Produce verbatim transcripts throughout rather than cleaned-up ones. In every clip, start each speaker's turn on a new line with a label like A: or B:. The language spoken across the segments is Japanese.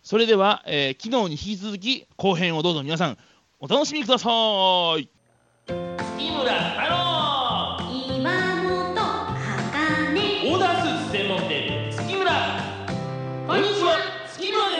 A: それでは、えー、昨日に引き続き後編をどうぞ皆さんお楽しみください。月村太郎、
B: 今本茜、
A: オーダースーツ専門店月村。こんにちは、月村です。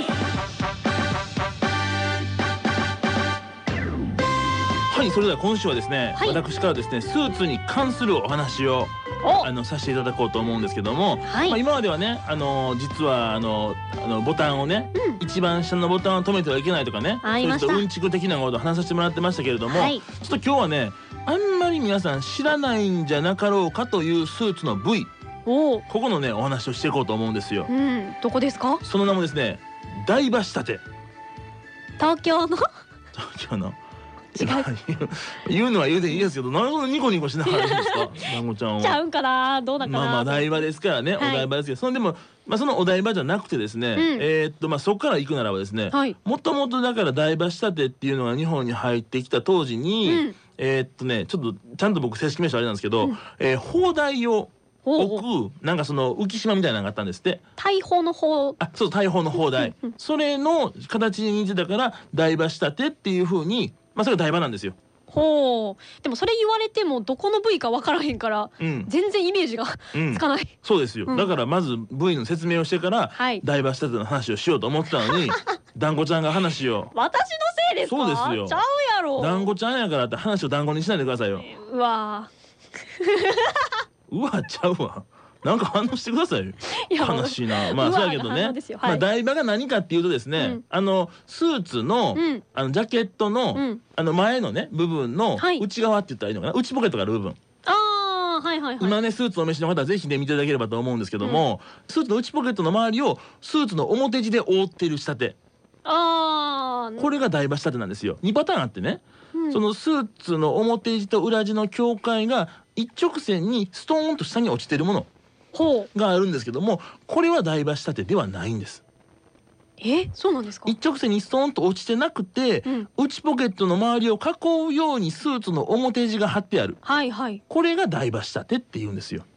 A: はい、それでは今週はですね、はい、私からですねスーツに関するお話をあのさせていただこうと思うんですけども、はい、まあ今まではね、あの実はあのあのボタンをね、うん、一番下のボタンを止めてはいけないとかね、そういうちょっとうんちく的なことを話させてもらってましたけれども、はい、ちょっと今日はね、あんまり皆さん知らないんじゃなかろうかというスーツの部位、おここのねお話をしていこうと思うんですよ。
B: うん、どこですか？
A: その名もですね、台場仕立て。
B: 東京の
A: 東京の違う言うのは言うでいいですけど、なんでそんなニコニコしながらいいんですか、団子ちゃんは。
B: ちゃうんかな、どうだかな。
A: まあまあ台場ですからね、はい、お台場ですけど、そのでもまあそのお台場じゃなくてですね、うん、えー、っとまあそこから行くならばですね、もともとだから台場仕立てっていうのが日本に入ってきた当時に、うん、えー、っとねちょっとちゃんと僕正式名称あれなんですけど、うん、えー、砲台を置くなんかその浮島みたいなのがあったんですって。
B: 大砲の砲。あ、
A: そう、大砲の砲台それの形に似てたから台場仕立てっていうふうに、まあそれが台場なんですよ。
B: ほう。でもそれ言われてもどこの部位か分からへんから、うん、全然イメージがつかない、うん、
A: そうですよ、うん、だからまず部位の説明をしてから、はい、台場仕立ての話をしようと思ってたのに団子ちゃんが話を。
B: 私のせいですか？
A: そうですよ。
B: ちゃうやろ。
A: 団子ちゃんやからって話を団子にしないでくださいよ。
B: うわ
A: うわちゃうわ。なんか反応してくださいよ。悲しいな。まあそうやけどね。まあ台場が何かっていうとですね、あのスーツのあのジャケットのあの前のね部分の内側って言ったらいいのかな、内ポケットがある部分。
B: ああ、はいはいはい。
A: 今ねスーツのお召しの方はぜひね見ていただければと思うんですけども、スーツの内ポケットの周りをスーツの表地で覆っている仕立て。ああ。これが台場仕立てなんですよ。にパターンあってね。そのスーツの表地と裏地の境界が一直線にストーンと下に落ちているものがあるんですけども、これは台場仕立てではないんです。
B: え、そうなんですか？
A: 一直線にストーンと落ちてなくて、うん、内ポケットの周りを囲うようにスーツの表地が貼ってある、はいはい、これが台場仕立てって言うんですよ。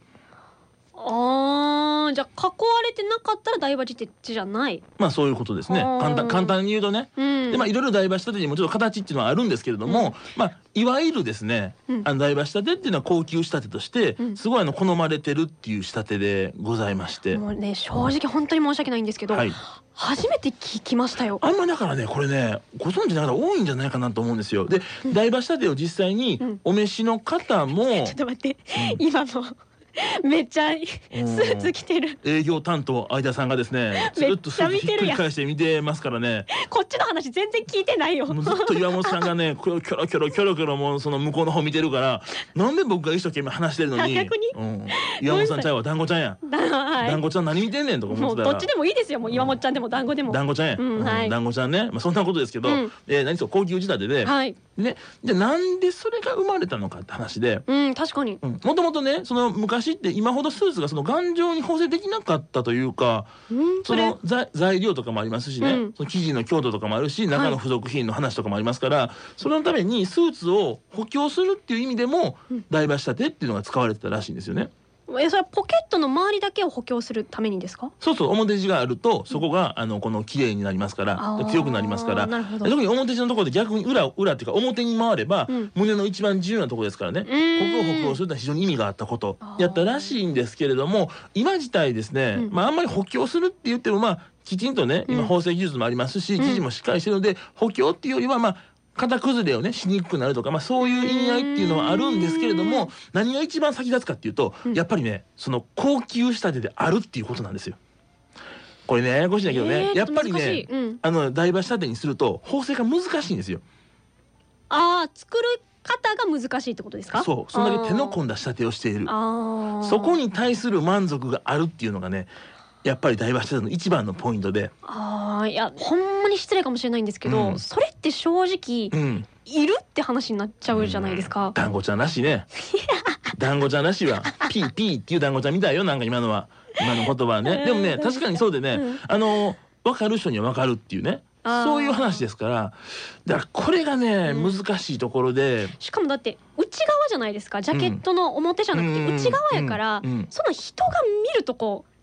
B: あー、じゃあ囲われてなかったら台場仕立てじゃない。
A: まあそういうことですね。簡単簡単に言うとね、うん、でまあいろいろ台場仕立てにもちょっと形っていうのはあるんですけれども、うん、まあいわゆるですね、うん、あの台場仕立てっていうのは高級仕立てとして、うん、すごいあの好まれてるっていう仕立てでございまして、
B: もうね正直本当に申し訳ないんですけど、はい、初めて聞きましたよ。
A: あんまだからねこれねご存知の方多いんじゃないかなと思うんですよ。で、うん、台場仕立てを実際にお召しの方も、うん、
B: ちょっと待って、うん、今のめっちゃスーツ着てる
A: 営業担当相田さんがですねずっとスーツひっくり返して見てますからね。
B: こっちの話全然聞いてないよ。
A: もうずっと岩本さんがねキョロキョロキョロキョロキョロもうその向こうの方見てるから、なんで僕が一生懸命話してるのに
B: 逆に、
A: うん、岩本さんちゃうわ団子ちゃんや、はい、団子ちゃん何見てんねんとか思ってたら、
B: もうどっちでもいいですよ。もう岩本ちゃんでも団子でも
A: 団子ちゃんや、うんはい、団子ちゃんね、まあ、そんなことですけど、うん、えー、何そう高級仕立てで、はい、ね、じゃあなんでそれが生まれたのかって話で、
B: うん確かに、
A: うん、もともとねその昔って今ほどスーツがその頑丈に縫製できなかったというか、うん、その材料とかもありますしね、うん、その生地の強度とかもあるし中の付属品の話とかもありますから、はい、それのためにスーツを補強するっていう意味でも、うん、台場仕立てっていうのが使われてたらしいんですよね。
B: え、それはポケットの周りだけを補強するためにですか？
A: そうそう、表地があるとそこが、うん、あのこの綺麗になりますから、強くなりますから。特に表地のところで逆に裏裏っていうか表に回れば、うん、胸の一番重要なところですからね、ここを補強するのは非常に意味があったことやったらしいんですけれども、今自体ですね、うん、まああんまり補強するって言ってもまあきちんとね今縫製技術もありますし、うん、生地もしっかりしてるので補強っていうよりはまあ型崩れをねしにくくなるとか、まあ、そういう意味合いっていうのはあるんですけれども、何が一番先立つかっていうと、うん、やっぱりねその高級仕立てであるっていうことなんですよ。これねややこしいんだけどね、えー、やっぱりね、うん、あの台場仕立てにすると縫製が難しいんですよ。
B: ああ、作る方が難しいってことですか？
A: そう、そんだけ手の込んだ仕立てをしている、そこに対する満足があるっていうのがねやっぱり台場仕立ての一番のポイントで。
B: ああ、いやほんまに失礼かもしれないんですけど、うん、それって正直、うん、いるって話になっちゃうじゃないですか。
A: 団子ちゃんらしいね団子ちゃんらしいわピーピーっていう団子ちゃんみたいよ、なんか今のは今の言葉はねでもね確かにそうでね、うん、あの分かる人には分かるっていうね、そういう話ですから。だからこれがね、うん、難しいところで、
B: しかもだって内側じゃないですか、ジャケットの表じゃなくて内側やから、その人が見るとこ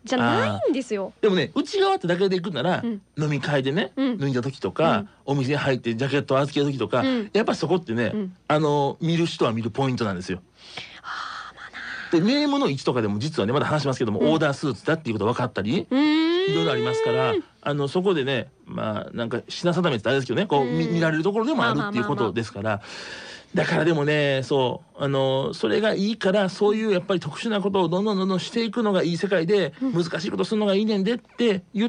B: じゃないんですよ。
A: でもね、内側ってだけで行くなら、うん、飲み会でね、うん、脱いだ時とか、うん、お店に入ってジャケットを預ける時とか、うん、やっぱそこってね、うん、あの見る人は見るポイントなんですよ。でネームの位置とかでも実はねまだ話しますけども、うん、オーダースーツだっていうことが分かったりいろいろありますから、あのそこでねまあなんか品定めってあれですけどねこう 見, 見られるところでもあるっていうことですから。だからでもねそうあのそれがいいからそういうやっぱり特殊なことをどんどんどんどんしていくのがいい世界で、うん、難しいことするのがいいねんでって言って、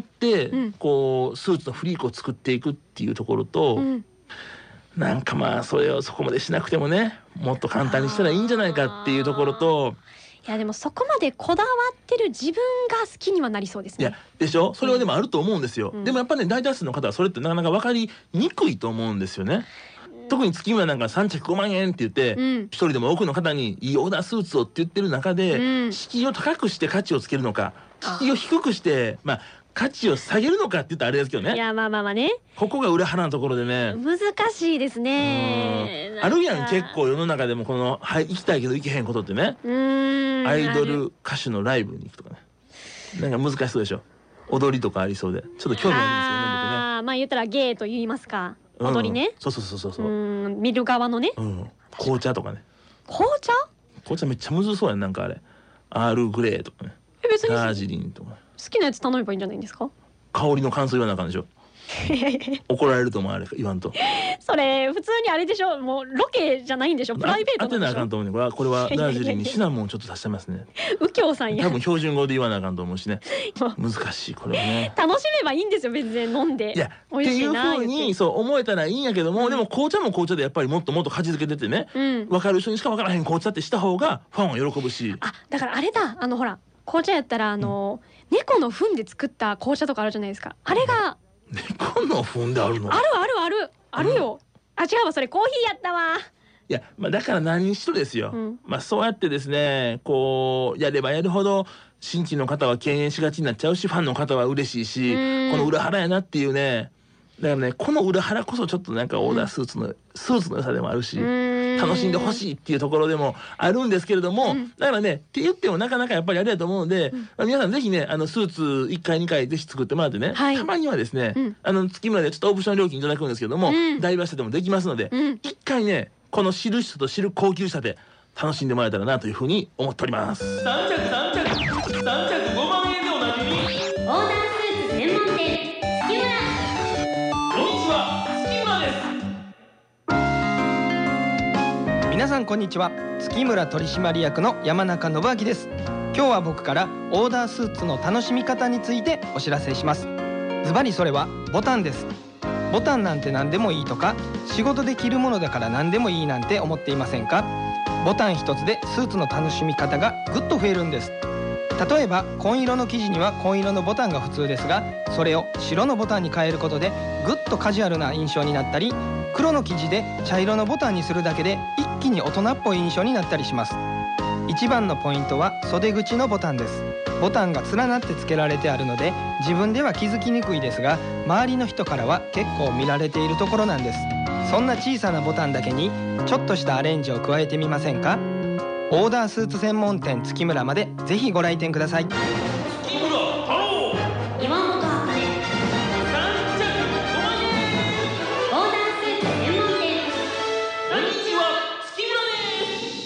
A: うん、こうスーツのフリークを作っていくっていうところと、うん、なんかまあそれをそこまでしなくてもねもっと簡単にしたらいいんじゃないかっていうところと。
B: いやでもそこまでこだわってる自分が好きにはなりそうですね。
A: いやでしょ、それはでもあると思うんですよ、うん、でもやっぱね大多数の方はそれってなかなか分かりにくいと思うんですよね。特に月村なんかさん着ごまんえんって言って一、うん、人でも多くの方にいいオーダースーツをって言ってる中で、うん、敷居を高くして価値をつけるのか敷居を低くしてまあ価値を下げるのかって言ったらあれですけどね。
B: いやまあまあまあね
A: ここが裏腹のところでね
B: 難しいですね。
A: あるやん結構世の中でもこの、はい、行きたいけど行けへんことってね。うーんアイドル歌手のライブに行くとかねなんか難しそうでしょ。踊りとかありそうでちょっと興味あるんですよね僕ね。
B: あまあ言ったら芸と言いますか踊りね、
A: うん、そうそうそうそうそう、
B: うん、見る側のね、
A: うん、紅茶とかね。
B: 紅茶
A: 紅茶めっちゃむずそうやんなんかあれアールグレーとかね
B: え別に
A: ダージリンとか
B: 好きなやつ頼めばいいんじゃないんですか。
A: 香りの感想言わなあかんでしょ怒られると思うあれ言わんと
B: それ普通にあれでしょもうロケじゃないんでしょプライベート
A: 当てなあかんと思うねこれはこれはダージリンにシナモンをちょっと足してますね
B: 右京さんや
A: 多分標準語で言わなあかんと思うしね難しいこれはね
B: 楽しめばいいんですよ別に飲んで
A: いやっていうふうにそう思えたらいいんやけども、うん、でも紅茶も紅茶でやっぱりもっともっと価値づけててね、うん、分かる人にしか分からへん紅茶ってした方がファンは喜ぶし。
B: あだからあれだあのほら紅茶やったらあの、うん、猫の糞で作った紅茶とかあるじゃないですかあれが
A: 猫の糞であるの
B: あるあるあるあるよ、うん、あ違うわそれコーヒーやったわ。
A: いや、まあ、だから何にしろですよ、うん、まあそうやってですねこうやればやるほど新規の方は敬遠しがちになっちゃうしファンの方は嬉しいしこの裏腹やなっていうね。だからねこの裏腹こそちょっとなんかオーダースーツの、うん、スーツの良さでもあるし楽しんでほしいっていうところでもあるんですけれども、うん、だからねって言ってもなかなかやっぱりあれだと思うので、うんまあ、皆さんぜひねあのスーツいっかいにかいぜひ作ってもらってね、はい、たまにはですね、うん、あの月村でちょっとオプション料金いただくんですけども、うん、大場所でもできますので、うん、いっかいねこの知る人と知る高級車で楽しんでもらえたらなというふうに思っております。さん着さん着さん着ごまんえんでおなじみ
B: オーダースーツ専門店月村。
C: 皆さんこんにちは。月村取締役の山中信明です。今日は僕からオーダースーツの楽しみ方についてお知らせします。ズバリそれはボタンです。ボタンなんて何でもいいとか仕事で着るものだから何でもいいなんて思っていませんか。ボタン一つでスーツの楽しみ方がぐっと増えるんです。例えば紺色の生地には紺色のボタンが普通ですがそれを白のボタンに変えることでぐっとカジュアルな印象になったり黒の生地で茶色のボタンにするだけで一気に大人っぽい印象になったりします。一番のポイントは袖口のボタンです。ボタンが連なって付けられてあるので自分では気づきにくいですが周りの人からは結構見られているところなんです。そんな小さなボタンだけにちょっとしたアレンジを加えてみませんか。オーダースーツ専門店月村までぜひご来店ください。
A: 月村太郎
B: 岩本茜さん着ごまんえんオーダースーツ専門店
A: こんにちは月村です。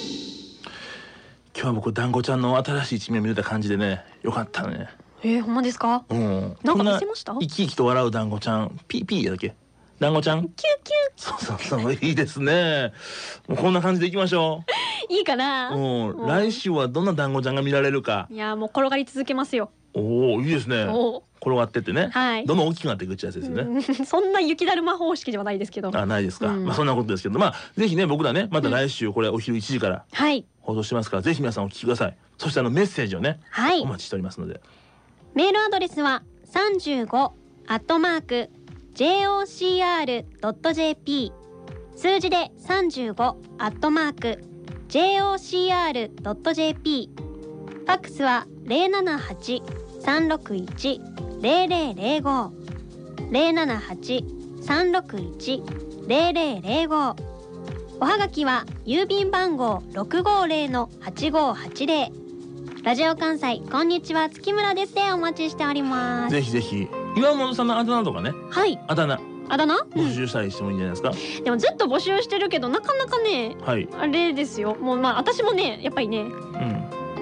A: 今日は僕団子ちゃんの新しい一面を見れた感じでねよかったね。
B: えー、ほんまですか。
A: うん。
B: なんか見せました。
A: 生き生きと笑う団子ちゃんピーピーだっけ団子ちゃん
B: キューキュー。
A: そうそうそういいですね。もうこんな感じでいきましょう。
B: いいかな。
A: うん、来週はどんな団子ちゃんが見られるか。
B: いやもう転がり続けますよ。
A: おおいいですね。転がってってね。
B: はい。
A: どんどん大きくなっていくってやつですね。
B: そんな雪だるま方式ではないですけど。
A: あないですか。まあそんなことですけどまあぜひね僕らねまた来週これお昼いちじから放送しますからぜひ皆さんお聞きください。そしてあのメッセージをねお待ちしておりますので。
B: メールアドレスはさんじゅうごアットマークジェイオーシーアールドットジェーピー 数字でさんじゅうごアットマーク ジェイオーシーアールドットジェーピー ファックスは ゼロななはち さんろくいち ゼロゼロゼロご ゼロななはち さんろくいち ゼロゼロゼロごおはがきは郵便番号 ろくごゼロのはちごはちゼロラジオ関西こんにちは月村ですでお待ちしております。
A: ぜひぜひ岩本さんのあだ名とかね、
B: はい、
A: あだ名
B: あだ名
A: 募集したりしてもいいんじゃないですか、
B: うん、でもずっと募集してるけどなかなかね、
A: はい、
B: あれですよ。もうまあ私もねやっぱりね、うん、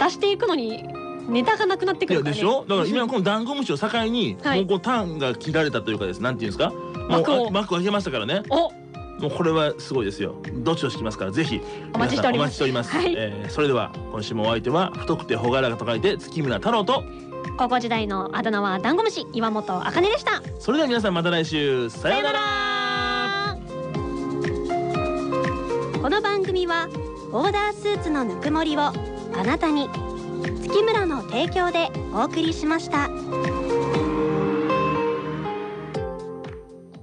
B: 出していくのにネタがなくなってくるからね。いやでしょ。だから今このダンゴムシを境に、はい、もうこうターンが切られたというかです、なんていうんですか、もう幕を開けましたからね。おもうこれはすごいですよ。どっちを引きますから、ぜひお待ちしております。お待ちしております。
A: はい、えー、それでは今週もお相手は太くて朗らかと書いて月村太郎と、
B: 高校時代のあだ名はダンゴムシ岩本茜でした。
A: それでは皆さんまた来週、さようなら。
B: この番組はオーダースーツのぬくもりをあなたに、月村の提供でお送りしました。